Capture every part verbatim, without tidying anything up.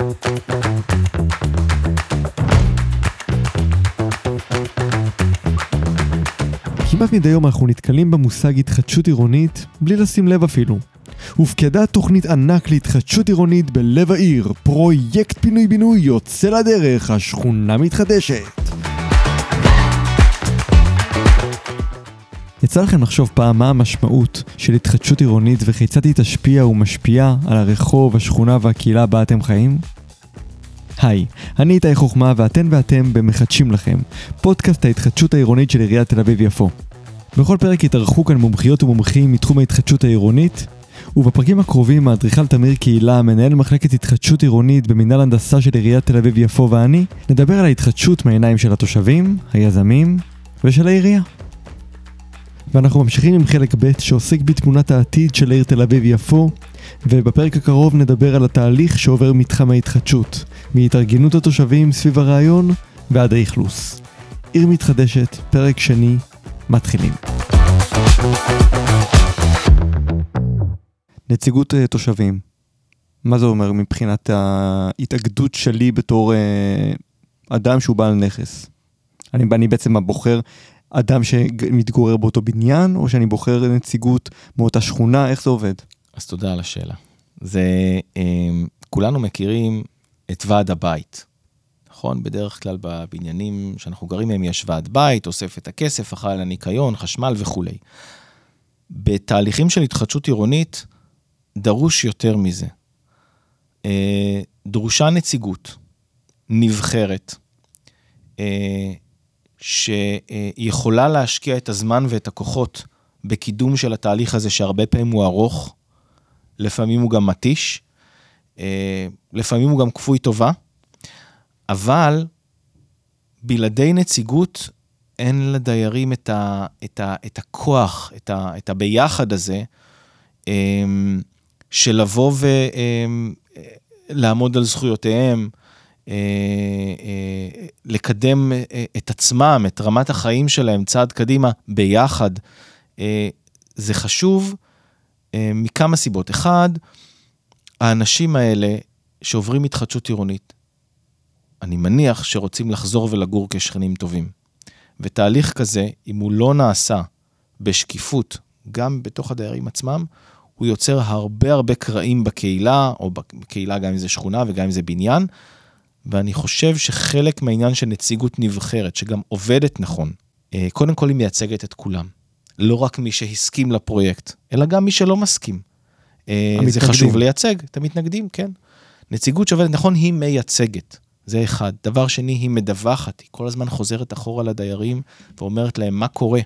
כמעט מדי יום אנחנו נתקלים במושג התחדשות עירונית בלי לשים לב אפילו. הופקדה תוכנית ענק להתחדשות עירונית בלב העיר, פרויקט פינוי בינוי יוצא לדרך, השכונה מתחדשת. יצא לכם לחשוב פעם מה המשמעות של התחדשות עירונית וכיצד היא תשפיע ומשפיעה על הרחוב, השכונה והקהילה בה אתם חיים? היי, אני איתי חוכמה ואתן ואתם במחדשים לכם, פודקאסט ההתחדשות העירונית של עיריית תל אביב יפו. בכל פרק יתארחו כאן מומחיות ומומחים מתחום ההתחדשות העירונית, ובפרקים הקרובים האדריכל תמיר קהילה, מנהל מחלקת התחדשות עירונית במינהל הנדסה של עיריית תל אביב יפו ואני, נדבר על ההתחדשות מהעיניים של התושבים, היזמים ושל העירייה. ואנחנו ממשיכים עם חלק ב' שעוסק בתמונת העתיד של העיר תל אביב יפו, ובפרק הקרוב נדבר על התהליך שעובר מתחם ההתחדשות, מהתארגנות התושבים סביב הרעיון ועד האכלוס. עיר מתחדשת, פרק שני, מתחילים. נציגות תושבים. מה זה אומר מבחינת ההתאגדות שלי בתור אדם שהוא בעל נכס? אני, אני בעצם בוחר אדם שמתגורר באותו בניין, או שאני בוחר נציגות מאותה שכונה, איך זה עובד? אז תודה על השאלה. זה, כולנו מכירים את ועד הבית. נכון? בדרך כלל בבניינים שאנחנו גרים מהם יש ועד בית, אוסף את הכסף, אחראי על הניקיון, חשמל וכו'. בתהליכים של התחדשות עירונית, דרוש יותר מזה. דרושה נציגות, נבחרת, שיכולה להשקיע את הזמן ואת הכוחות בקידום של התהליך הזה, שהרבה פעמים הוא ארוך, לפעמים הוא גם מתיש, לפעמים הוא גם כפוי טובה, אבל בלעדי נציגות אין לדיירים את, ה, את, ה, את הכוח, את, ה, את הביחד הזה, של לבוא ולעמוד על זכויותיהם, לקדם את עצמם, את רמת החיים שלהם, צעד קדימה, ביחד. זה חשוב מכמה סיבות. אחד, האנשים האלה שעוברים התחדשות עירונית, אני מניח שרוצים לחזור ולגור כשכנים טובים. ותהליך כזה, אם הוא לא נעשה בשקיפות, גם בתוך הדיירים עצמם, הוא יוצר הרבה הרבה קרעים בקהילה, או בקהילה גם אם זה שכונה וגם אם זה בניין, ואני חושב שחלק מהעניין של נציגות נבחרת, שגם עובדת נכון, קודם כל היא מייצגת את כולם. לא רק מי שהסכים לפרויקט, אלא גם מי שלא מסכים. המתנגדים. זה חשוב לייצג, את המתנגדים, כן. נציגות שעובדת נכון, היא מייצגת. זה אחד. דבר שני, היא מדווחת, היא כל הזמן חוזרת אחורה לדיירים, ואומרת להם מה קורה.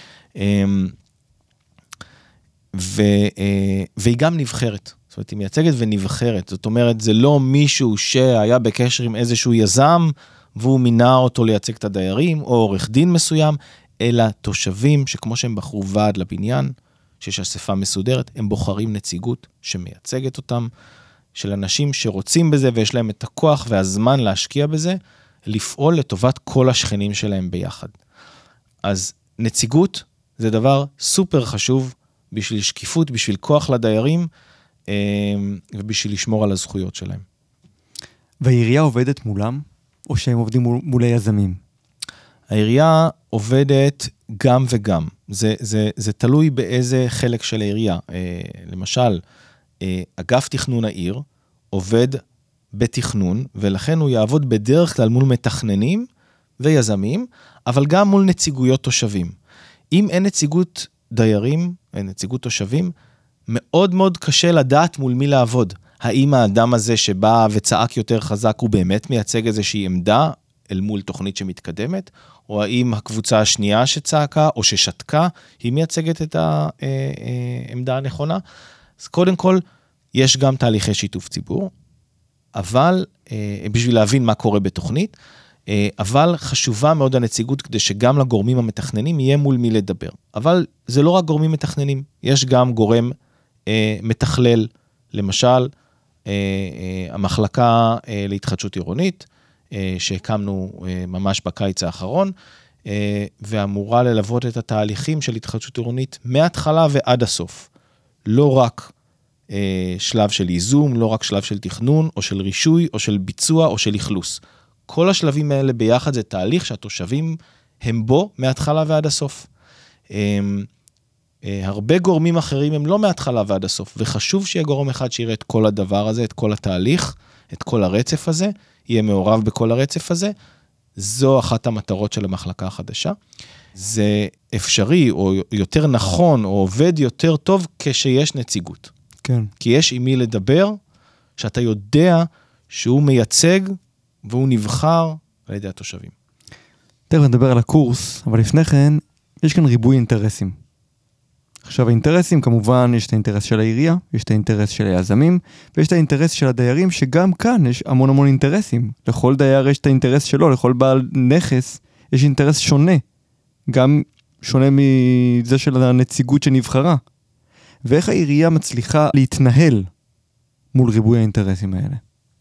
ו, והיא גם נבחרת. זאת אומרת, היא מייצגת ונבחרת. זאת אומרת, זה לא מישהו שהיה בקשר עם איזשהו יזם, והוא מינה אותו לייצג את הדיירים, או עורך דין מסוים, אלא תושבים שכמו שהם בחרו ועד לבניין, שיש אספה מסודרת, הם בוחרים נציגות שמייצגת אותם, של אנשים שרוצים בזה, ויש להם את הכוח והזמן להשקיע בזה, לפעול לטובת כל השכנים שלהם ביחד. אז נציגות זה דבר סופר חשוב, בשביל שקיפות, בשביל כוח לדיירים, ובשביל לשמור על הזכויות שלהם. והעירייה עובדת מולם, או שהם עובדים מול, מול היזמים? העירייה עובדת גם וגם. זה, זה, זה תלוי באיזה חלק של העירייה. למשל, אגף תכנון העיר עובד בתכנון, ולכן הוא יעבוד בדרך כלל מול מתכננים ויזמים, אבל גם מול נציגויות תושבים. אם אין נציגות דיירים, אין נציגות תושבים, מאוד מאוד קשה לדעת מול מי לעבוד. האם האדם הזה שבא וצעק יותר חזק, הוא באמת מייצג איזושהי עמדה אל מול תוכנית שמתקדמת, או האם הקבוצה השנייה שצעקה או ששתקה, היא מייצגת את העמדה הנכונה. אז קודם כל, יש גם תהליכי שיתוף ציבור, אבל בשביל להבין מה קורה בתוכנית, אבל חשובה מאוד הנציגות כדי שגם לגורמים המתכננים יהיה מול מי לדבר. אבל זה לא רק גורמים מתכננים, יש גם גורם אה, מתכלל, למשל, אה, אה, המחלקה אה, להתחדשות עירונית, אה, שהקמנו אה, ממש בקיץ האחרון, אה, ואמורה ללוות את התהליכים של התחדשות עירונית מההתחלה ועד הסוף. לא רק שלב של ייזום, לא רק שלב של תכנון, או של רישוי, או של ביצוע, או של אכלוס. כל השלבים האלה ביחד זה תהליך שהתושבים הם בו מההתחלה ועד הסוף. הרבה גורמים אחרים הם לא מההתחלה ועד הסוף, וחשוב שיהיה גורם אחד שיראה את כל הדבר הזה, את כל התהליך, את כל הרצף הזה, יהיה מעורב בכל הרצף הזה. זו אחת המטרות של המחלקה החדשה. זה אפשרי, או יותר נכון, או עובד יותר טוב, כשיש נציגות. כן. כי יש עם מי לדבר, שאתה יודע שהוא מייצג, והוא נבחר על ידי התושבים. תכף נדבר על הקורס, אבל לפני כן, יש כאן ריבוי אינטרסים. עכשיו, האינטרסים, כמובן, יש את האינטרס של העירייה, יש את האינטרס של היזמים, ויש את האינטרס של הדיירים, שגם כאן יש המון המון אינטרסים. לכל דייר יש את האינטרס שלו, לכל בעל נכס יש אינטרס שונה. גם שונה מזה של הנציגות שנבחרה. ואיך העירייה מצליחה להתנהל מול ריבוי האינטרסים האלה?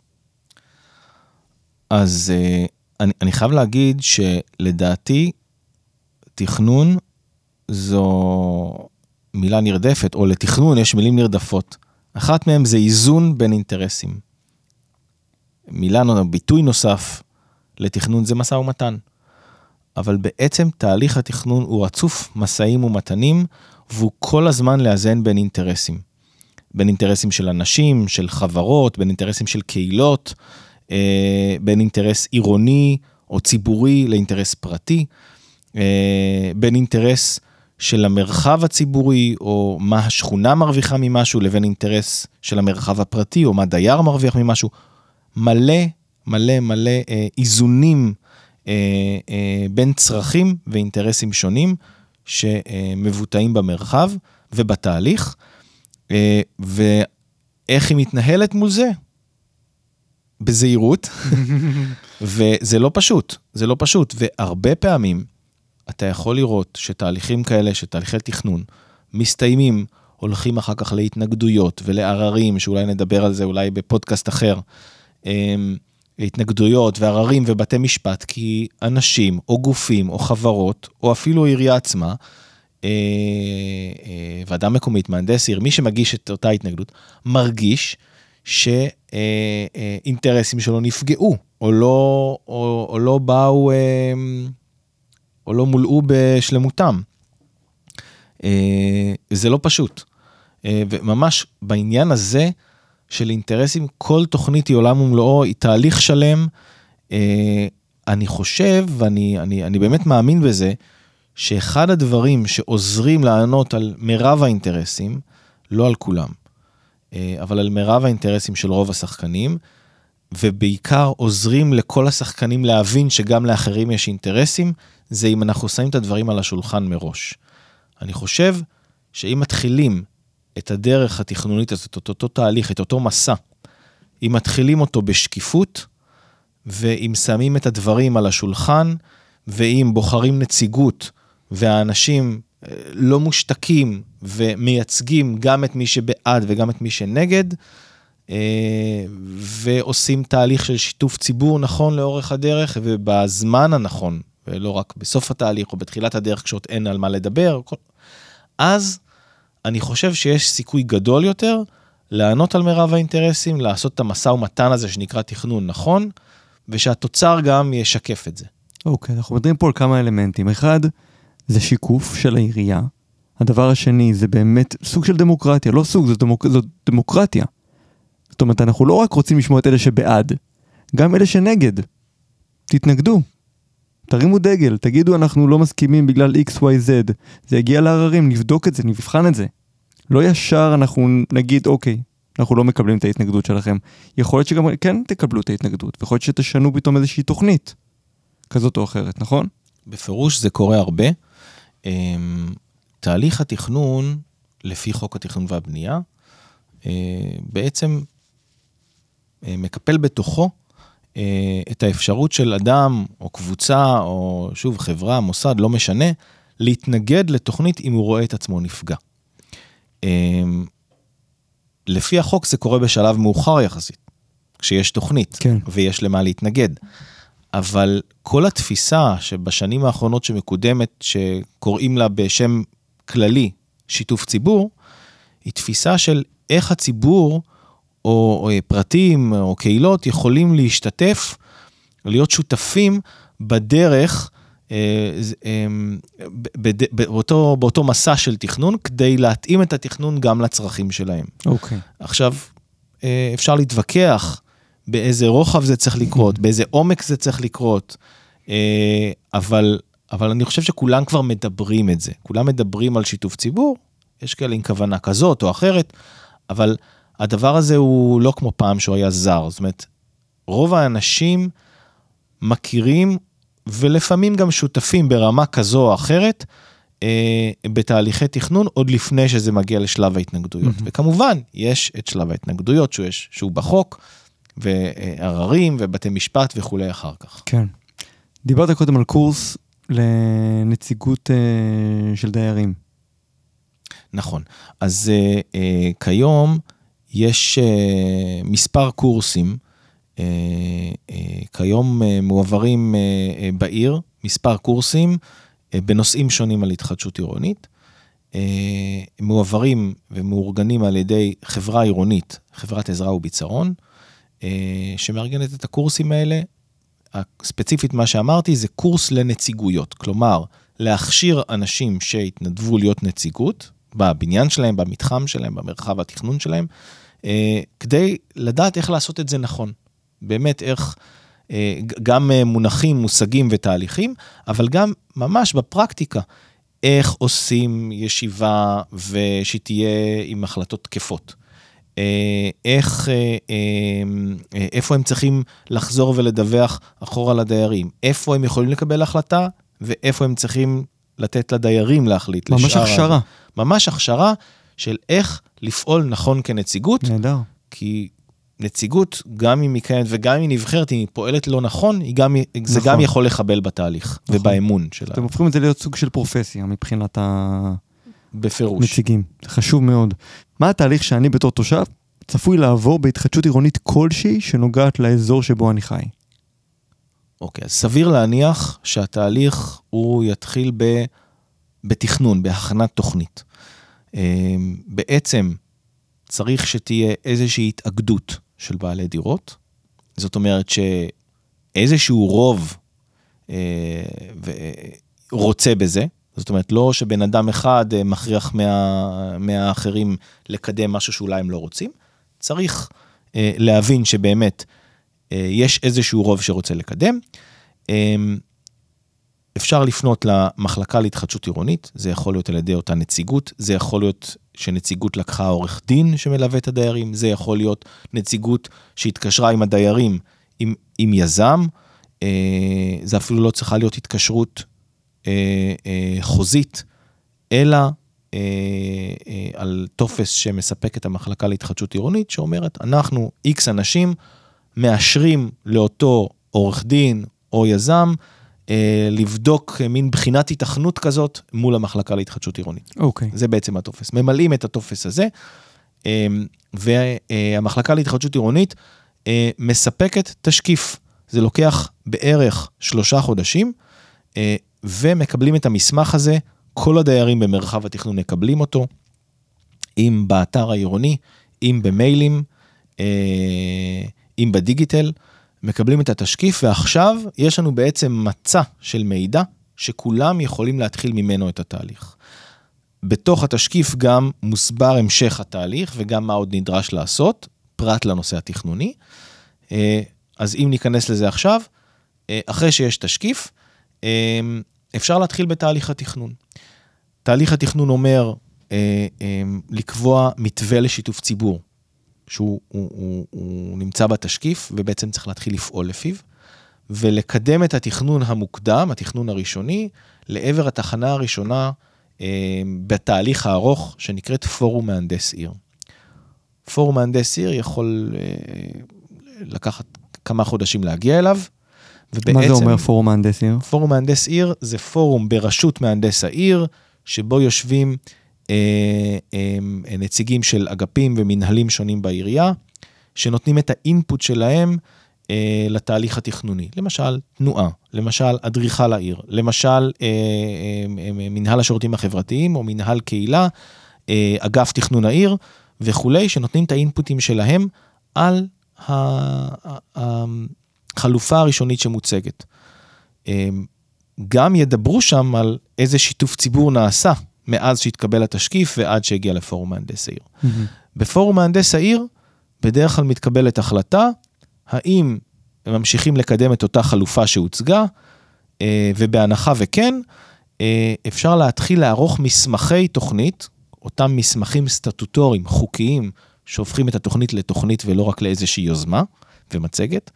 אז אני, אני חייב להגיד שלדעתי, תכנון זו מילה נרדפת, או לתכנון יש מילים נרדפות. אחת מהן זה איזון בין אינטרסים. מילה, ביטוי נוסף לתכנון זה משא ומתן. אבל בעצם תהליך התכנון הוא רצוף משאים ומתנים, והוא כל הזמן לאזן בין אינטרסים. בין אינטרסים של אנשים, של חברות, בין אינטרסים של קהילות, בין אינטרס עירוני או ציבורי לאינטרס פרטי, בין אינטרס של המרחב הציבורי, או מה השכונה מרוויחה ממשהו, לבין אינטרס של המרחב הפרטי, או מה דייר מרוויח ממשהו. מלא, מלא, מלא איזונים בין צרכים ואינטרסים שונים, שמבוטאים במרחב ובתהליך, ואיך היא מתנהלת מול זה? בזהירות, וזה לא פשוט, זה לא פשוט, והרבה פעמים אתה יכול לראות שתהליכים כאלה, שתהליכי תכנון, מסתיימים, הולכים אחר כך להתנגדויות ולעררים, שאולי נדבר על זה אולי בפודקאסט אחר, התנגדויות ועררים ובתי משפט, כי אנשים או גופים או חברות, או אפילו עירייה עצמה, ועדה מקומית, מהנדס עיר, מי שמגיש את אותה התנגדות, מרגיש שאינטרסים שלו נפגעו, או לא, או, או לא באו, או לא מולאו בשלמותם. זה לא פשוט. וממש בעניין הזה של אינטרסים, כל תוכנית היא עולם ומלואו, היא תהליך שלם. אני חושב, ואני אני, אני באמת מאמין בזה, שאחד הדברים שעוזרים לענות על מרב האינטרסים, לא על כולם, אבל על מרב האינטרסים של רוב השחקנים, ובעיקר עוזרים לכל השחקנים להבין שגם לאחרים יש אינטרסים, זה אם אנחנו שמים את הדברים על השולחן מראש. אני חושב שאם מתחילים את הדרך התכנונית הזאת, את אותו תהליך, את אותו מסע, אם מתחילים אותו בשקיפות, ואם שמים את הדברים על השולחן, ואם בוחרים נציגות, והאנשים לא מושתקים, ומייצגים גם את מי שבעד וגם את מי שנגד, ועושים תהליך של שיתוף ציבור נכון לאורך הדרך, ובזמן הנכון, ולא רק בסוף התהליך או בתחילת הדרך, כשעוד אין על מה לדבר, אז אני חושב שיש סיכוי גדול יותר, לענות על מרב האינטרסים, לעשות את המסע ומתן הזה שנקרא תכנון נכון, ושהתוצר גם ישקף את זה. אוקיי, אנחנו מדברים פה על כמה אלמנטים. אחד, זה שיקוף של העירייה. הדבר השני, זה באמת סוג של דמוקרטיה. לא סוג, זו, דמוק... זו דמוקרטיה. זאת אומרת, אנחנו לא רק רוצים לשמוע את אלה שבעד, גם אלה שנגד. תתנגדו. תרימו דגל, תגידו אנחנו לא מסכימים בגלל אקס וואי זד. זה יגיע לעררים, נבדוק את זה, נבחן את זה. לא ישר אנחנו נגיד, אוקיי, אנחנו לא מקבלים את ההתנגדות שלכם. יכול להיות שגם כן תקבלו את ההתנגדות, ויכול להיות שתשנו פתאום איזושהי תוכנית, כזאת או אחרת, נכון? בפירוש זה קורה הרבה. תהליך התכנון, לפי חוק התכנון והבנייה, בעצם מקפל בתוכו את האפשרות של אדם או קבוצה או שוב חברה, מוסד, לא משנה, להתנגד לתוכנית אם הוא רואה את עצמו נפגע. לפי החוק זה קורה בשלב מאוחר יחסית, כשיש תוכנית כן. ויש למה להתנגד. אבל כל התפיסה שבשנים האחרונות שמקודמת, שקוראים לה בשם כללי שיתוף ציבור, היא תפיסה של איך הציבור, או, או פרטים, או קהילות, יכולים להשתתף, להיות שותפים בדרך, באותו, באותו מסע של תכנון, כדי להתאים את התכנון גם לצרכים שלהם. אוקיי. עכשיו, אפשר להתווכח באיזה רוחב זה צריך לקרות, באיזה עומק זה צריך לקרות, אבל, אבל אני חושב שכולם כבר מדברים את זה. כולם מדברים על שיתוף ציבור, יש כאלה עם כוונה כזאת או אחרת, אבל הדבר הזה הוא לא כמו פעם שהוא היה זר. זאת אומרת, רוב האנשים מכירים ולפעמים גם שותפים ברמה כזו או אחרת, אה, בתהליכי תכנון, עוד לפני שזה מגיע לשלב ההתנגדויות. Mm-hmm. וכמובן, יש את שלב ההתנגדויות, שהוא, יש, שהוא בחוק, ועררים, ובתי משפט וכולי אחר כך. כן. דיברת קודם על קורס לנציגות אה, של דיירים. נכון. אז אה, אה, כיום יש אה, מספר קורסים, Uh, uh, כיום uh, מועברים uh, uh, בעיר, מספר קורסים uh, בנושאים שונים על התחדשות עירונית, uh, מועברים ומאורגנים על ידי חברה עירונית, חברת עזרה וביצרון, uh, שמארגנת את הקורסים האלה. ספציפית מה שאמרתי זה קורס לנציגויות, כלומר להכשיר אנשים שהתנדבו להיות נציגות, בבניין שלהם, במתחם שלהם, במרחב התכנון שלהם, uh, כדי לדעת איך לעשות את זה נכון. באמת איך, גם מונחים, מושגים ותהליכים, אבל גם ממש בפרקטיקה, איך עושים ישיבה ושתהיה עם החלטות תקפות. איך, איפה הם צריכים לחזור ולדווח אחורה לדיירים, איפה הם יכולים לקבל החלטה, ואיפה הם צריכים לתת לדיירים להחליט. ממש הכשרה. ממש הכשרה של איך לפעול נכון כנציגות. נהדר. כי נציגות, גם אם היא קיימת וגם אם היא נבחרת, אם היא פועלת לא נכון, היא גם, זה נכון. גם יכול לחבל בתהליך נכון. ובאמון שלה. אתם הופכים את זה להיות סוג של פרופסיה מבחינת בפירוש. הנציגים. זה חשוב מאוד. מה התהליך שאני בתור תושב צפוי לעבור בהתחדשות עירונית כלשהי שנוגעת לאזור שבו אני חי? אוקיי, אז סביר להניח שהתהליך הוא יתחיל ב, בתכנון, בהכנת תוכנית. בעצם צריך שתהיה איזושהי התאגדות של בעלי דירות, זאת אומרת שאיזשהו רוב אה, רוצה בזה, זאת אומרת לא שבן אדם אחד מכריח מה, מהאחרים לקדם משהו שאולי הם לא רוצים, צריך אה, להבין שבאמת אה, יש איזשהו רוב שרוצה לקדם, אה, אפשר לפנות למחלקה להתחדשות עירונית, זה יכול להיות על ידי אותה נציגות, זה יכול להיות שנציגות לקחה עורך דין שמלווה את הדיירים, זה יכול להיות נציגות שהתקשרה עם הדיירים, עם, עם יזם, אה, זה אפילו לא צריכה להיות התקשרות אה, אה, חוזית, אלא אה, אה, על טופס שמספק את המחלקה להתחדשות עירונית, שאומרת, אנחנו איקס אנשים מאשרים לאותו עורך דין או יזם, לבדוק מין בחינת התכנות כזאת מול המחלקה להתחדשות עירונית. אוקיי. זה בעצם הטופס. ממלאים את הטופס הזה, והמחלקה להתחדשות עירונית מספקת תשקיף. זה לוקח בערך שלושה חודשים, ומקבלים את המסמך הזה, כל הדיירים במרחב התכנון מקבלים אותו, אם באתר העירוני, אם במיילים, אם בדיגיטל, מקבלים את התשקיף, ועכשיו יש לנו בעצם מצע של מידע, שכולם יכולים להתחיל ממנו את התהליך. בתוך התשקיף גם מוסבר המשך התהליך, וגם מה עוד נדרש לעשות, פרט לנושא התכנוני. אז אם ניכנס לזה עכשיו, אחרי שיש תשקיף, אפשר להתחיל בתהליך התכנון. תהליך התכנון אומר, לקבוע מתווה לשיתוף ציבור, שהוא הוא, הוא, הוא נמצא בתשקיף, ובעצם צריך להתחיל לפעול לפיו, ולקדם את התכנון המוקדם, התכנון הראשוני, לעבר התחנה הראשונה, אה, בתהליך הארוך, שנקראת פורום מהנדס עיר. פורום מהנדס עיר יכול אה, לקחת כמה חודשים להגיע אליו, ובעצם... מה זה אומר פורום מהנדס עיר? פורום מהנדס עיר זה פורום בראשות מהנדס העיר, שבו יושבים נציגים של אגפים ומנהלים שונים בעירייה, שנותנים את האינפוט שלהם לתהליך התכנוני. למשל, תנועה, למשל, אדריכל העיר, למשל, מנהל השירותים החברתיים, או מנהל קהילה, אגף תכנון העיר, וכולי, שנותנים את האינפוטים שלהם על החלופה הראשונית שמוצגת. גם ידברו שם על איזה שיתוף ציבור נעשה, מאז שהתקבל התשקיף ועד שהגיע לפורום מהנדס העיר. Mm-hmm. בפורום מהנדס העיר, בדרך כלל מתקבלת החלטה, האם הם ממשיכים לקדם את אותה חלופה שהוצגה, ובהנחה וכן, אפשר להתחיל לערוך מסמכי תוכנית, אותם מסמכים סטטוטוריים, חוקיים, שהופכים את התוכנית לתוכנית ולא רק לאיזושהי יוזמה ומצגת.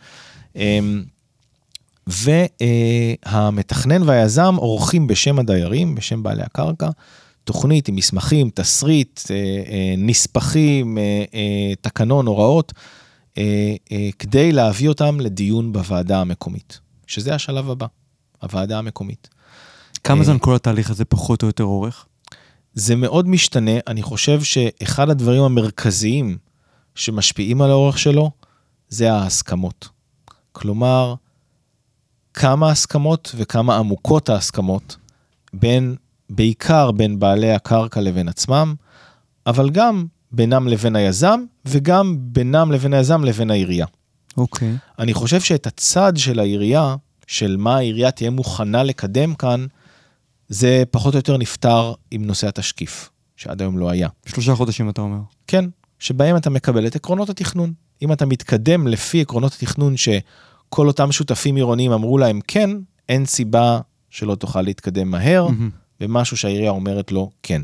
והמתכנן והיזם עורכים בשם הדיירים, בשם בעלי הקרקע, תוכנית עם מסמכים, תסריט, נספחים, תקנון, הוראות, כדי להביא אותם לדיון בוועדה המקומית, שזה השלב הבא, הוועדה המקומית. כמה זמן כל התהליך הזה פחות או יותר אורך? זה מאוד משתנה, אני חושב שאחד הדברים המרכזיים שמשפיעים על האורך שלו, זה ההסכמות. כלומר, כמה הסכמות וכמה עמוקות ההסכמות, בין, בעיקר בין בעלי הקרקע לבין עצמם, אבל גם בינם לבין היזם, וגם בינם לבין היזם לבין העירייה. אוקיי. אני חושב שאת הצד של העירייה, של מה העירייה תהיה מוכנה לקדם כאן, זה פחות או יותר נפטר עם נושא התשקיף, שעד היום לא היה. שלושה חודשים אתה אומר. כן, שבהם אתה מקבל את עקרונות התכנון. אם אתה מתקדם לפי עקרונות התכנון שכל אותם שותפים עירוניים אמרו להם כן, אין סיבה שלא תוכל להתקדם מהר, במשהו שהעירייה אומרת לו כן.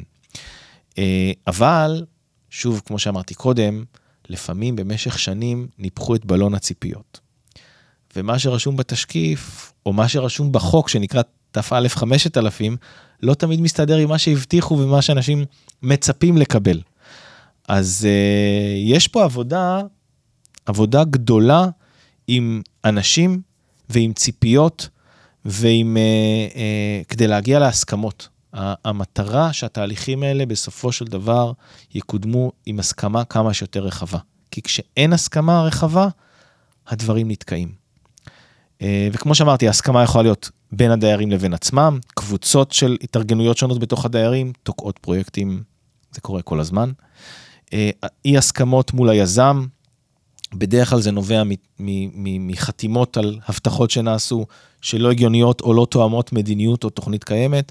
אבל, שוב, כמו שאמרתי קודם, לפעמים במשך שנים ניפחו את בלון הציפיות. ומה שרשום בתשקיף, או מה שרשום בחוק שנקרא תפ חמשת אלפים, לא תמיד מסתדר עם מה שהבטיחו ומה שאנשים מצפים לקבל. אז uh, יש פה עבודה, עבודה גדולה עם אנשים ועם ציפיות ועם, uh, uh, כדי להגיע להסכמות. המטרה שהתהליכים האלה בסופו של דבר יקודמו עם הסכמה כמה שיותר רחבה. כי כשאין הסכמה רחבה, הדברים נתקעים. Uh, וכמו שאמרתי, ההסכמה יכולה להיות בין הדיירים לבין עצמם, קבוצות של התארגנויות שונות בתוך הדיירים, תוקעות פרויקטים, זה קורה כל הזמן. אי הסכמות מול היזם, בדרך כלל זה נובע מחתימות על הבטחות שנעשו, שלא הגיוניות או לא תואמות מדיניות או תוכנית קיימת.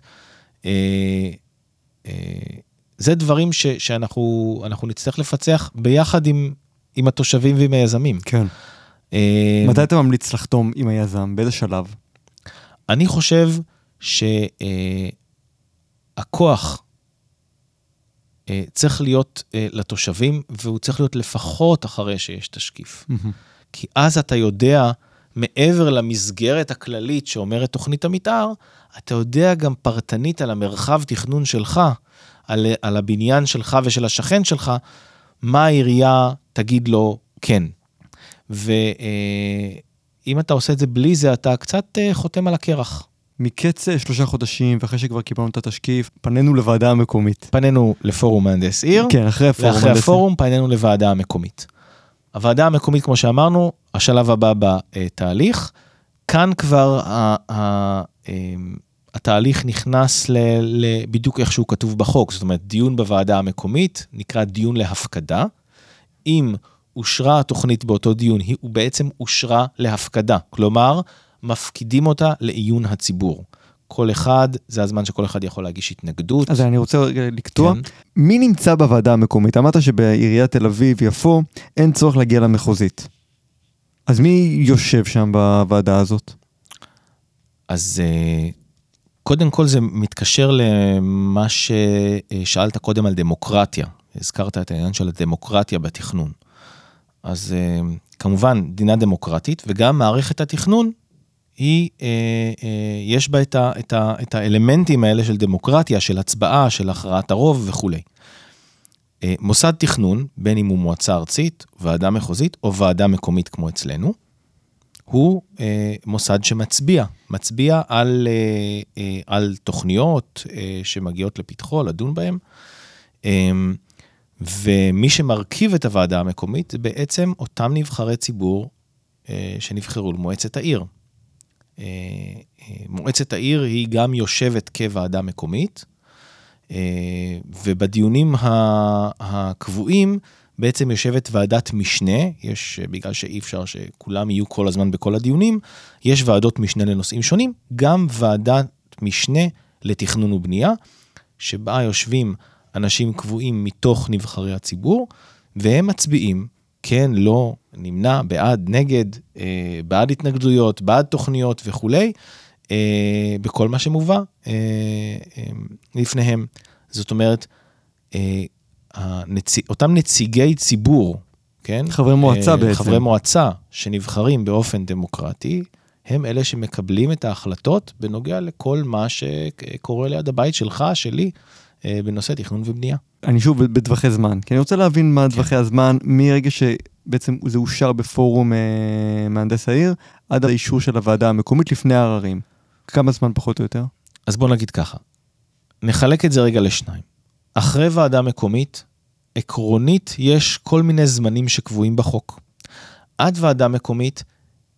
זה דברים ש, שאנחנו אנחנו נצטרך לפצח ביחד עם, עם התושבים ועם היזמים. כן. מתי אתה ממליץ לחתום עם היזם? באיזה שלב? אני חושב שהכוח צריך להיות לתושבים, והוא צריך להיות לפחות אחרי שיש תשקיף. כי אז אתה יודע, מעבר למסגרת הכללית שאומרת תוכנית המתאר, אתה יודע גם פרטנית על המרחב תכנון שלך, על, על הבניין שלך ושל השכן שלך, מה העירייה תגיד לו כן. ואם אתה עושה את זה בלי זה, אתה קצת חותם על הקרח. מקץ שלושה חודשים, ואחרי שכבר קיבלנו את התשקיף, פנינו לוועדה המקומית. פנינו לפורום מהנדס עיר. כן, אחרי הפורום. ואחרי הפורום פנינו לוועדה המקומית. הוועדה המקומית, כמו שאמרנו, השלב הבא בתהליך, כאן כבר התהליך נכנס בדיוק איך שהוא כתוב בחוק, זאת אומרת, דיון בוועדה המקומית, נקרא דיון להפקדה. אם אושרה התוכנית באותו דיון, היא בעצם אושרה להפקדה, כלומר, מפקידים אותה לעיון הציבור. כל אחד, זה הזמן שכל אחד יכול להגיש התנגדות. אז אני רוצה לקטוע. כן. מי נמצא בוועדה המקומית? אמרת שבעיריית תל אביב, יפו, אין צורך להגיע למחוזית. אז מי יושב שם בוועדה הזאת? אז קודם כל זה מתקשר למה ששאלת קודם על דמוקרטיה. הזכרת את העניין של הדמוקרטיה בתכנון. אז כמובן, דינה דמוקרטית, וגם מערכת התכנון, היא, יש בה את, ה, את, ה, את האלמנטים האלה של דמוקרטיה, של הצבעה, של הכרעת הרוב וכו'. מוסד תכנון, בין אם הוא מועצה ארצית, ועדה מחוזית, או ועדה מקומית כמו אצלנו, הוא מוסד שמצביע, מצביע על, על תוכניות שמגיעות לפתחו, לדון בהן, ומי שמרכיב את הוועדה המקומית, זה בעצם אותם נבחרי ציבור שנבחרו למועצת העיר. מועצת העיר היא גם יושבת כוועדה מקומית, ובדיונים הקבועים, בעצם יושבת ועדת משנה, יש, בגלל שאי אפשר שכולם יהיו כל הזמן בכל הדיונים, יש ועדות משנה לנושאים שונים, גם ועדת משנה לתכנון ובנייה, שבה יושבים אנשים קבועים מתוך נבחרי הציבור, והם מצביעים, כן, לא, נמנע, בעד, נגד, אה, בעד התנגדויות, בעד תוכניות וכו', אה, בכל מה שמובא אה, אה, לפניהם. זאת אומרת, אה, הנצ... אותם נציגי ציבור, כן? חברי מועצה אה, בעצם. חברי מועצה שנבחרים באופן דמוקרטי, הם אלה שמקבלים את ההחלטות בנוגע לכל מה שקורה ליד הבית שלך, שלי, בנושא תכנון ובנייה. אני שוב בטווחי זמן, כי אני רוצה להבין מה טווחי הזמן, מרגע שבעצם זה אושר בפורום מהנדס העיר, עד האישור של הוועדה המקומית לפני העררים. כמה זמן פחות או יותר? אז בוא נגיד ככה, נחלק את זה רגע לשניים. אחרי ועדה מקומית, עקרונית יש כל מיני זמנים שקבועים בחוק. עד ועדה מקומית,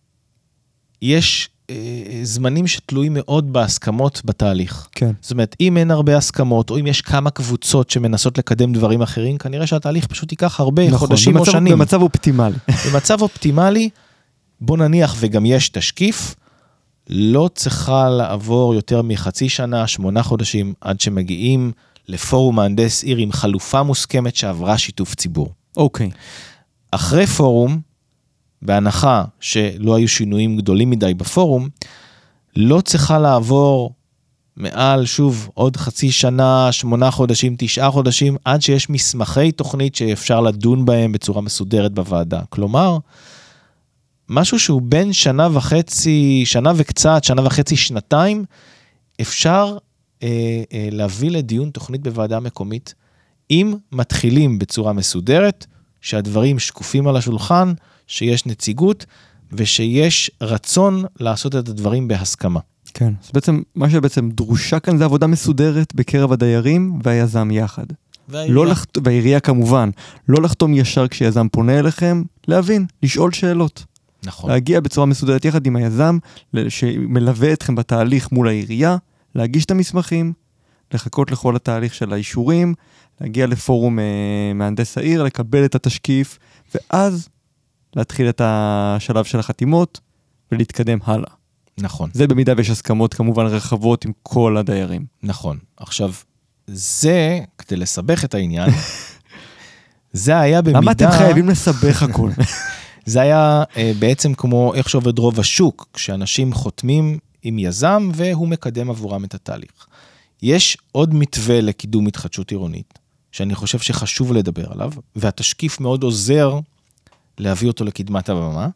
יש אה, זמנים שתלויים מאוד בהסכמות בתהליך. כן. זאת אומרת, אם אין הרבה הסכמות, או אם יש כמה קבוצות שמנסות לקדם דברים אחרים, כנראה שהתהליך פשוט ייקח הרבה נכון, חודשים במצב, או שנים. במצב אופטימלי. במצב אופטימלי, בוא נניח וגם יש תשקיף, לא צריכה לעבור יותר מחצי שנה, שמונה חודשים, עד שמגיעים לפורום מהנדס עיר עם חלופה מוסכמת שעברה שיתוף ציבור. אוקיי. אחרי פורום, בהנחה שלא היו שינויים גדולים מדי בפורום, לא צריכה לעבור מעל, שוב, עוד חצי שנה, שמונה חודשים, תשעה חודשים, עד שיש מסמכי תוכנית שאפשר לדון בהם בצורה מסודרת בוועדה. כלומר, משהו שהוא בין שנה וחצי, שנה וקצת, שנה וחצי, שנתיים, אפשר אה, אה, להביא לדיון תוכנית בוועדה מקומית, אם מתחילים בצורה מסודרת, שהדברים שקופים על השולחן, שיש נציגות, ושיש רצון לעשות את הדברים בהסכמה. כן, אז בעצם, מה שבעצם דרושה כאן זה עבודה מסודרת בקרב הדיירים והיזם יחד. והעירייה. לא לחת... והעירייה כמובן, לא לחתום ישר כשיזם פונה אליכם, להבין, לשאול שאלות. נכון. להגיע בצורה מסודרת יחד עם היזם, שמלווה אתכם בתהליך מול העירייה, להגיש את המסמכים, לחכות לכל התהליך של האישורים, להגיע לפורום אה, מהנדס העיר, לקבל את התשקיף, ואז להתחיל את השלב של החתימות, ולהתקדם הלאה. נכון. זה במידה ויש הסכמות כמובן רחבות עם כל הדיירים. נכון. עכשיו, זה, כדי לסבך את העניין, זה היה במידה... למה אתם חייבים לסבך הכל? זה היה אה, בעצם כמו איך שעובד רוב השוק, כשאנשים חותמים עם יזם, והוא מקדם עבורם את התהליך. יש עוד מתווה לקידום התחדשות עירונית, שאני חושב שחשוב לדבר עליו, והתשקיף מאוד עוזר להביא אותו לקדמת הבמה,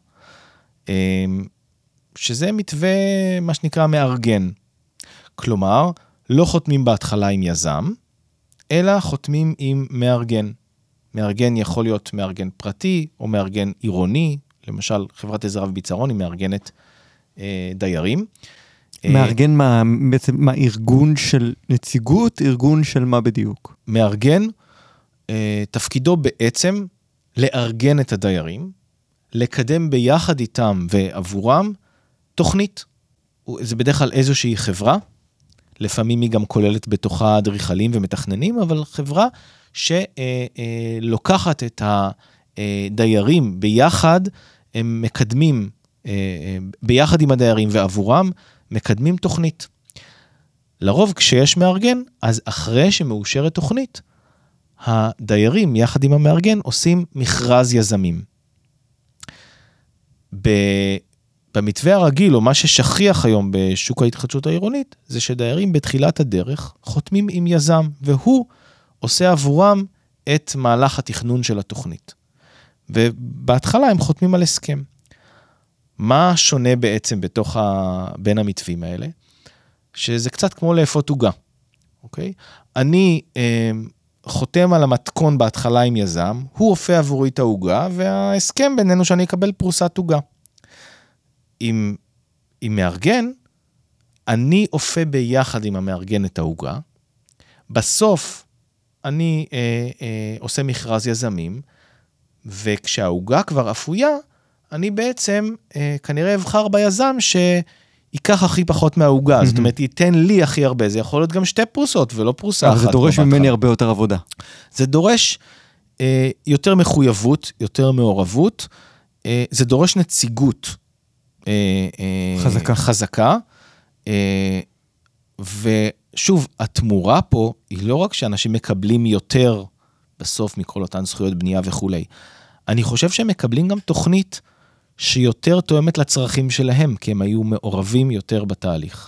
שזה מתווה, מה שנקרא, מארגן. כלומר, לא חותמים בהתחלה עם יזם, אלא חותמים עם מארגן. מארגן יכול להיות מארגן פרטי, או מארגן עירוני, למשל, חברת עזרא וביצרון היא מארגנת אה, דיירים. מארגן מה, בעצם מה, ארגון של נציגות, ארגון של מה בדיוק? מארגן, אה, תפקידו בעצם לארגן את הדיירים, לקדם ביחד איתם ועבורם תוכנית. זה בדרך כלל איזושהי חברה, לפעמים היא גם כוללת בתוכה אדריכלים ומתכננים, אבל חברה שלוקחת את הדיירים ביחד, הם מקדמים, ביחד עם הדיירים ועבורם, מקדמים תוכנית. לרוב כשיש מארגן, אז אחרי שמאושרת תוכנית, הדיירים יחד עם המארגן עושים מכרז יזמים. במתווה הרגיל, או מה ששכיח היום בשוק ההתחדשות העירונית, זה שדיירים בתחילת הדרך חותמים עם יזם, והוא עושה עבורם את מהלך התכנון של התוכנית. ובהתחלה הם חותמים על הסכם. מה שונה בעצם בתוך ה... בין המתווים האלה? שזה קצת כמו לאפות עוגה. אוקיי? אני אה, חותם על המתכון בהתחלה עם יזם, הוא הופע עבורי את העוגה, וההסכם בינינו שאני אקבל פרוסת עוגה. עם, עם מארגן, אני הופע ביחד עם המארגן את העוגה, בסוף אני אה, אה, עושה מכרז יזמים, וכשהעוגה כבר אפויה, אני בעצם אה, כנראה אבחר ביזם ייקח הכי פחות מהעוגה, זאת אומרת, ייתן לי הכי הרבה, זה יכול להיות גם שתי פרוסות, ולא פרוסה אחת. זה דורש ממני הרבה יותר עבודה. זה דורש אה, יותר מחויבות, יותר מעורבות, אה, זה דורש נציגות אה, אה, חזקה. חזקה, אה, ושוב, התמורה פה, היא לא רק שאנשים מקבלים יותר, בסוף מכל אותן זכויות בנייה וכולי, אני חושב שהם מקבלים גם תוכנית, שיותר תואמת לצרכים שלהם, כי הם היו מעורבים יותר בתהליך.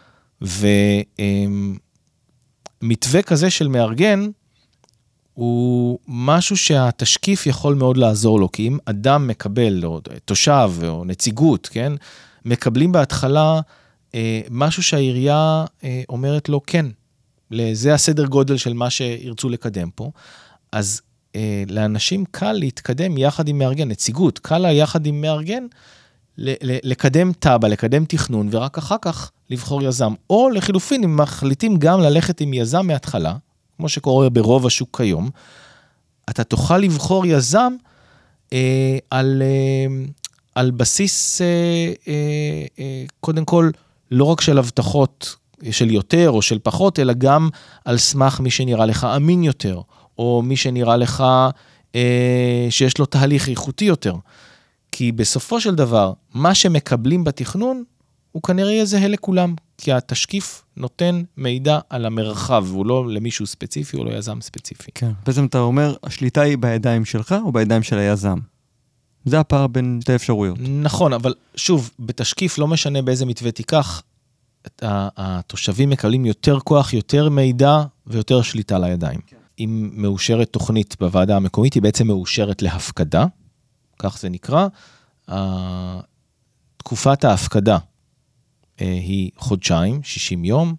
ומתווה כזה של מארגן, הוא משהו שהתשקיף יכול מאוד לעזור לו, כי אם אדם מקבל, או תושב, או נציגות, כן, מקבלים בהתחלה משהו שהעירייה אומרת לו, כן, זה הסדר גודל של מה שירצו לקדם פה, אז לאנשים קל להתקדם יחד עם מארגן, נציגות, קל לה יחד עם מארגן, לקדם טאבה, לקדם תכנון, ורק אחר כך לבחור יזם. או לחילופין, אם מחליטים גם ללכת עם יזם מההתחלה, כמו שקורה ברוב השוק כיום, אתה תוכל לבחור יזם אה, על, אה, על בסיס, אה, אה, אה, קודם כל, לא רק של הבטחות של יותר או של פחות, אלא גם על סמך מי שנראה לך אמין יותר, או מי שנראה לך אה, שיש לו תהליך איכותי יותר. כי בסופו של דבר, מה שמקבלים בתכנון, הוא כנראה יהיה זהה לכולם, כי התשקיף נותן מידע על המרחב, והוא לא למישהו ספציפי, או לא יזם ספציפי. כן, בעצם אתה אומר, השליטה היא בידיים שלך, או בידיים של היזם? זה הפער בין שתי אפשרויות. נכון, אבל שוב, בתשקיף לא משנה באיזה מתווה תיקח, התושבים מקבלים יותר כוח, יותר מידע, ויותר שליטה לידיים. כן. אם מאושרת תוכנית בוועדה המקומית, היא בעצם מאושרת להפקדה, כך זה נקרא, תקופת ההפקדה היא חודשיים, שישים יום,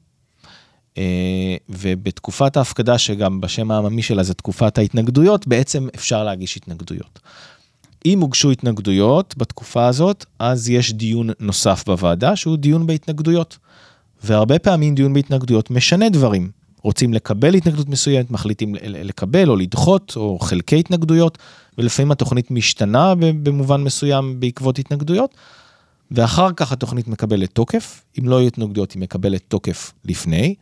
ובתקופת ההפקדה, שגם בשם העממי שלה זה תקופת ההתנגדויות, בעצם אפשר להגיש התנגדויות. אם הוגשו התנגדויות בתקופה הזאת, אז יש דיון נוסף בוועדה, שהוא דיון בהתנגדויות. והרבה פעמים דיון בהתנגדויות משנה דברים. רוצים לקבל התנגדות מסוימת, מחליטים לקבל או לדחות, או חלקי התנגדויות, ולפעמים התוכנית משתנה במובן מסוים בעקבות התנגדויות, ואחר כך התוכנית מקבלת תוקף, אם לא יהיו התנגדויות, היא מקבלת תוקף לפני,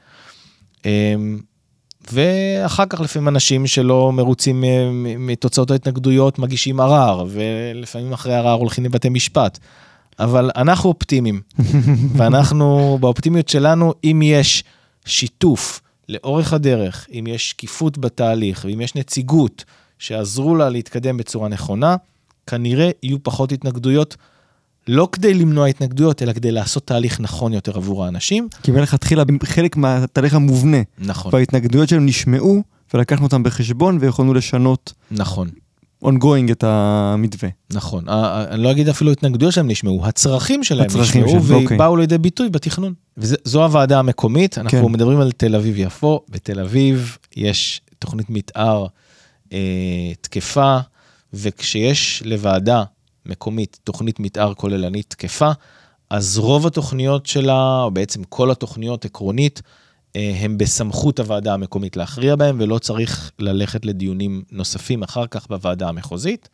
ואחר כך לפעמים אנשים שלא מרוצים מתוצאות ההתנגדויות, מגישים ערר, ולפעמים אחרי ערר הולכים לבתי משפט, אבל אנחנו אופטימיים, ואנחנו באופטימיות שלנו, אם יש שיתוף לאורך הדרך, אם יש שקיפות בתהליך, ואם יש נציגות שעזרו לה להתקדם בצורה נכונה, כנראה יהיו פחות התנגדויות, לא כדי למנוע התנגדויות, אלא כדי לעשות תהליך נכון יותר עבור האנשים. כי מלכתחילה חלק מהתהליך המובנה. נכון. וההתנגדויות שלהם נשמעו, ולקחנו אותם בחשבון, ויכולנו לשנות. נכון. ongoing את המתווה. נכון. אני לא אגיד אפילו התנגדויות שלהם נשמעו, הצרכים שלהם נשמעו, ובאו לידי ביטוי בתכנון. וזו הוועדה המקומית, אנחנו מדברים על תל אביב יפו, בתל אביב יש תוכנית מתאר תקפה, וכשיש לוועדה מקומית תוכנית מתאר כוללנית תקפה, אז רוב התוכניות שלה, או בעצם כל התוכניות עקרונית, הם בסמכות הוועדה המקומית להכריע בהם, ולא צריך ללכת לדיונים נוספים אחר כך בוועדה המחוזית.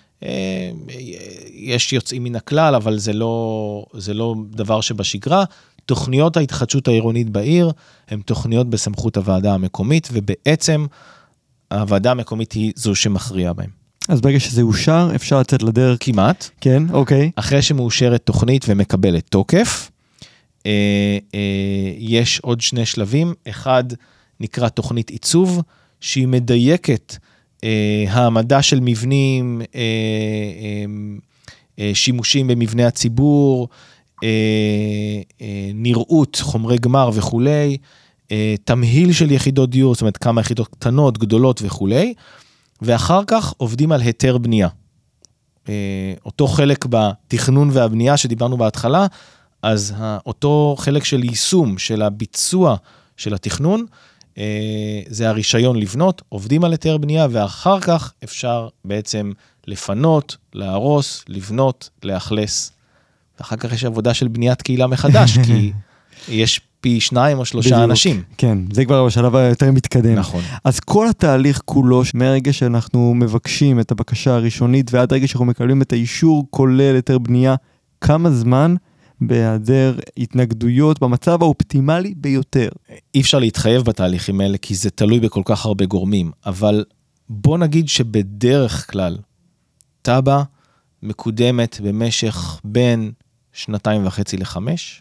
יש יוצאים מן הכלל, אבל זה לא, זה לא דבר שבשגרה. תוכניות ההתחדשות העירונית בעיר, הן תוכניות בסמכות הוועדה המקומית, ובעצם הוועדה המקומית היא זו שמכריעה בהם. אז ברגע שזה אושר, אפשר לצאת לדרך. כמעט. כן, אוקיי. אחרי שמאושרת תוכנית ומקבלת תוקף, אה, אה, יש עוד שני שלבים. אחד נקרא תוכנית עיצוב, שהיא מדייקת אה, העמדה של מבנים, אה, אה, אה, שימושים במבני הציבור, אה, אה, נראות, חומרי גמר וכולי, אה, תמהיל של יחידות דיור, זאת אומרת כמה יחידות קטנות, גדולות וכולי, ואחר כך עובדים על היתר בנייה. אותו חלק בתכנון והבנייה שדיברנו בהתחלה, אז אותו חלק של יישום, של הביצוע של התכנון, זה הרישיון לבנות, עובדים על היתר בנייה, ואחר כך אפשר בעצם לפנות, להרוס, לבנות, לאכלס. ואחר כך יש עבודה של בניית קהילה מחדש, כי יש פי שניים או שלושה בדיוק. אנשים. כן, זה כבר בשלב היותר מתקדם. נכון. אז כל התהליך כולו, מהרגע שאנחנו מבקשים את הבקשה הראשונית, ועד רגע שאנחנו מקבלים את האישור כולל היתר בנייה, כמה זמן בהיעדר התנגדויות במצב האופטימלי ביותר. אי אפשר להתחייב בתהליכים האלה, כי זה תלוי בכל כך הרבה גורמים, אבל בוא נגיד שבדרך כלל, טאבה מקודמת במשך בין שנתיים וחצי לחמש,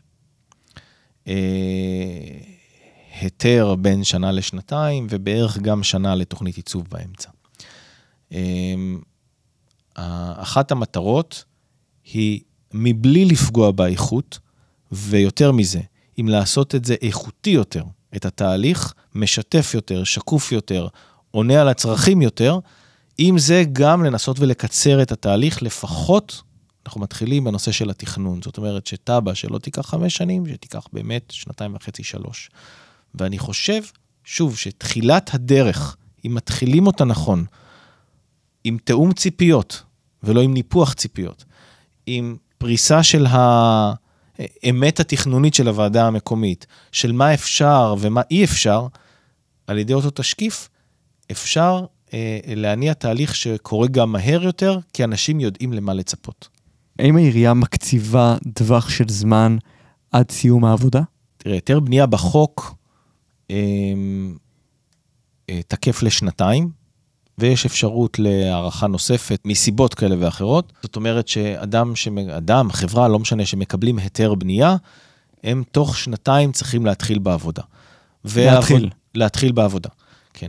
היתר בין שנה לשנתיים, ובערך גם שנה לתוכנית עיצוב באמצע. אחת המטרות היא מבלי לפגוע באיכות, ויותר מזה, אם לעשות את זה איכותי יותר, את התהליך משתף יותר, שקוף יותר, עונה על הצרכים יותר, עם זה גם לנסות ולקצר את התהליך, לפחות אנחנו מתחילים בנושא של התכנון, זאת אומרת שטאבה שלא תיקח חמש שנים, שתיקח באמת שנתיים וחצי שלוש. ואני חושב, שוב, שתחילת הדרך, אם מתחילים אותה נכון, עם תאום ציפיות, ולא עם ניפוח ציפיות, עם פריסה של האמת התכנונית של הוועדה המקומית, של מה אפשר ומה אי אפשר, על ידי אותו תשקיף, אפשר אה, להניע תהליך שקורה גם מהר יותר, כי אנשים יודעים למה לצפות. האם העירייה מקציבה טווח של זמן עד סיום העבודה? תראה, יותר בנייה בחוק אה, אה, תקף לשנתיים, ויש אפשרות להערכה נוספת מסיבות כאלה ואחרות. זאת אומרת שאדם, אדם, חברה, לא משנה, שמקבלים היתר בנייה, הם תוך שנתיים צריכים להתחיל בעבודה. להתחיל. ועבוד, להתחיל בעבודה, כן.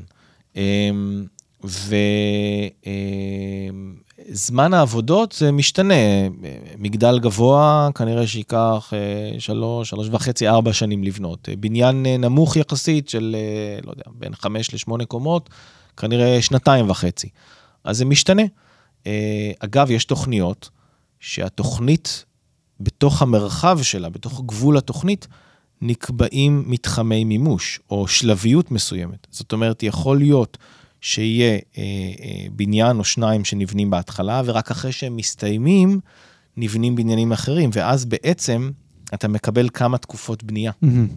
וזמן העבודות זה משתנה. מגדל גבוה כנראה שיקח שלוש, שלוש וחצי, ארבע שנים לבנות. בניין נמוך יחסית של, לא יודע, בין חמש לשמונה קומות, כנראה שנתיים וחצי. אז זה משתנה. אגב, יש תוכניות שהתוכנית בתוך המרחב שלה, בתוך גבול התוכנית, נקבעים מתחמי מימוש, או שלביות מסוימת. זאת אומרת, יכול להיות שיהיה בניין או שניים שנבנים בהתחלה, ורק אחרי שהם מסתיימים, נבנים בניינים אחרים, ואז בעצם אתה מקבל כמה תקופות בנייה.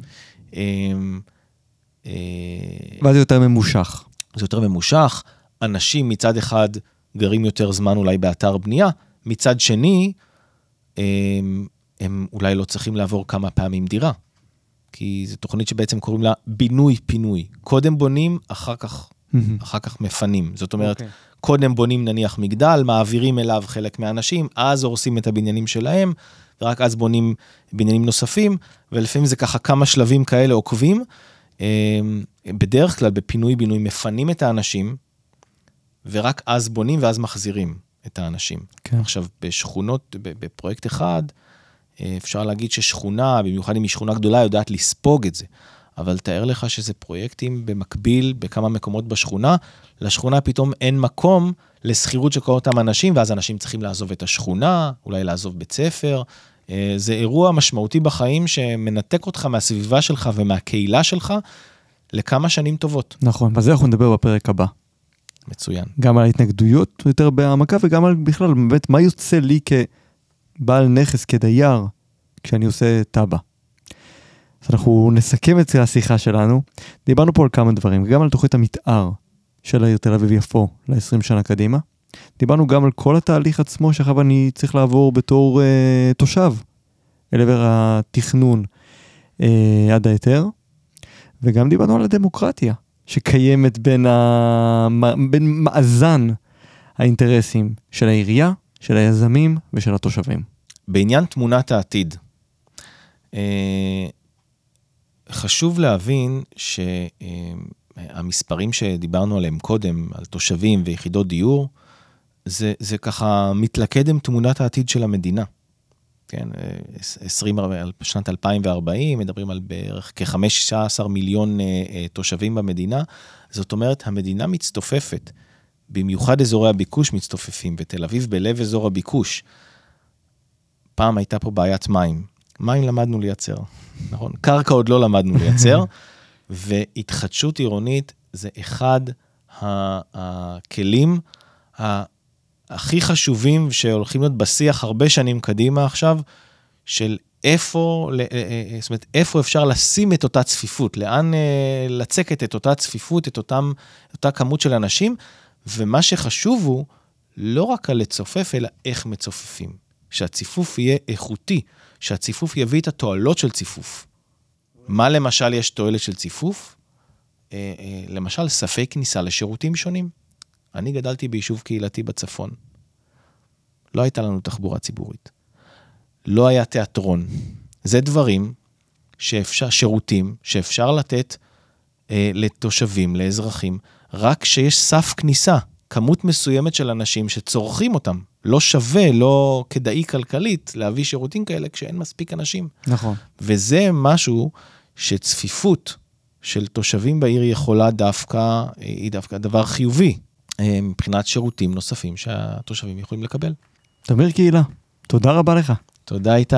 ואז זה יותר ממושך. זה יותר ממושך, אנשים מצד אחד גרים יותר זמן אולי באתר בנייה, מצד שני, הם, הם אולי לא צריכים לעבור כמה פעמים דירה, כי זו תוכנית שבעצם קוראים לה בינוי-פינוי. קודם בונים, אחר כך, אחר כך מפנים. זאת אומרת, okay. קודם בונים נניח מגדל, מעבירים אליו חלק מהאנשים, אז הורסים את הבניינים שלהם, ורק אז בונים בניינים נוספים, ולפעמים זה ככה כמה שלבים כאלה עוקבים, בדרך כלל בפינוי-בינוי מפנים את האנשים, ורק אז בונים ואז מחזירים את האנשים. כן. עכשיו, בשכונות, בפרויקט אחד, אפשר להגיד ששכונה, במיוחד אם היא שכונה גדולה, יודעת לספוג את זה. אבל תאר לך שזה פרויקטים במקביל, בכמה מקומות בשכונה, לשכונה פתאום אין מקום לסחירות של כל אותם אנשים, ואז אנשים צריכים לעזוב את השכונה, אולי לעזוב בית ספר. זה אירוע משמעותי בחיים שמנתק אותך מהסביבה שלך ומהקהילה שלך לכמה שנים טובות. נכון, וזה אנחנו נדבר בפרק הבא. מצוין. גם על ההתנגדויות יותר בהעמקה, וגם על בכלל, באמת, מה יוצא לי כבעל נכס, כדייר, כשאני עושה טאבה. אז אנחנו נסכם את השיחה שלנו. דיברנו פה על כמה דברים, גם על תוכנית המתאר של העיר תל אביב יפו ל-עשרים שנה קדימה. דיברנו גם על כל התהליך עצמו, שאחר אני צריך לעבור בתור אה, תושב, אל עבר התכנון אה, עד היתר. וגם דיברנו על הדמוקרטיה, שקיימת בין, ה... בין מאזן האינטרסים של העירייה, של היזמים ושל התושבים. בעניין תמונת העתיד, חשוב להבין שהמספרים שדיברנו עליהם קודם, על תושבים ויחידות דיור, זה, זה ככה מתלכד עם תמונת העתיד של המדינה. כן, עשרים, שנת אלפיים וארבעים, מדברים על בערך כ-חמישה עשר מיליון תושבים במדינה, זאת אומרת, המדינה מצטופפת, במיוחד אזורי הביקוש מצטופפים, ותל אביב בלב אזור הביקוש. פעם הייתה פה בעיית מים, מים למדנו לייצר, נכון? קרקע עוד לא למדנו לייצר, והתחדשות עירונית זה אחד הכלים הכי חשובים שהולכים להיות בשיח הרבה שנים קדימה עכשיו, של איפה, זאת אומרת, איפה אפשר לשים את אותה צפיפות, לאן לצקת את אותה צפיפות, את אותם, אותה כמות של אנשים, ומה שחשוב הוא לא רק על לצופף, אלא איך מצופפים. שהציפוף יהיה איכותי, שהציפוף יביא את התועלות של ציפוף. מה למשל יש תועלת של ציפוף? אה, אה, למשל, ספי כניסה לשירותים שונים. אני גדלתי ביישוב קהילתי בצפון. לא הייתה לנו תחבורה ציבורית. לא היה תיאטרון. זה דברים שאפשר, שירותים שאפשר לתת אה, לתושבים, לאזרחים, רק שיש סף כניסה, כמות מסוימת של אנשים שצורכים אותם. לא שווה, לא כדאי כלכלית להביא שירותים כאלה כשאין מספיק אנשים. נכון. וזה משהו שצפיפות של תושבים בעיר יכולה דווקא, היא דווקא דבר חיובי, מבחינת שירותים נוספים שהתושבים יכולים לקבל. תמיר קהילה, תודה רבה לך. תודה איתי.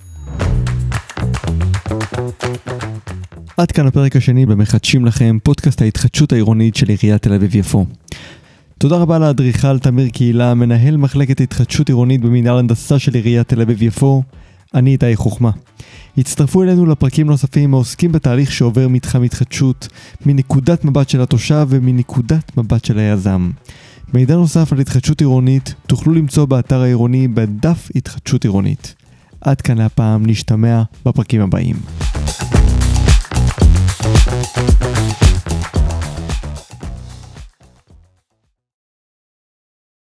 עד כאן הפרק השני במחדשים לכם, פודקאסט ההתחדשות העירונית של עיריית תל אביב יפו. תודה רבה לאדריכל תמיר קהילה, מנהל מחלקת התחדשות עירונית במינהל הנדסה של עיריית תל אביב יפו. אני איתי חוכמה. הצטרפו אלינו לפרקים נוספים העוסקים בתהליך שעובר מתחם התחדשות, מנקודת מבט של התושב ומנקודת מבט של היזם. מידע נוסף על התחדשות עירונית תוכלו למצוא באתר העירוני בדף התחדשות עירונית. עד כאן להפעם, נשתמע בפרקים הבאים.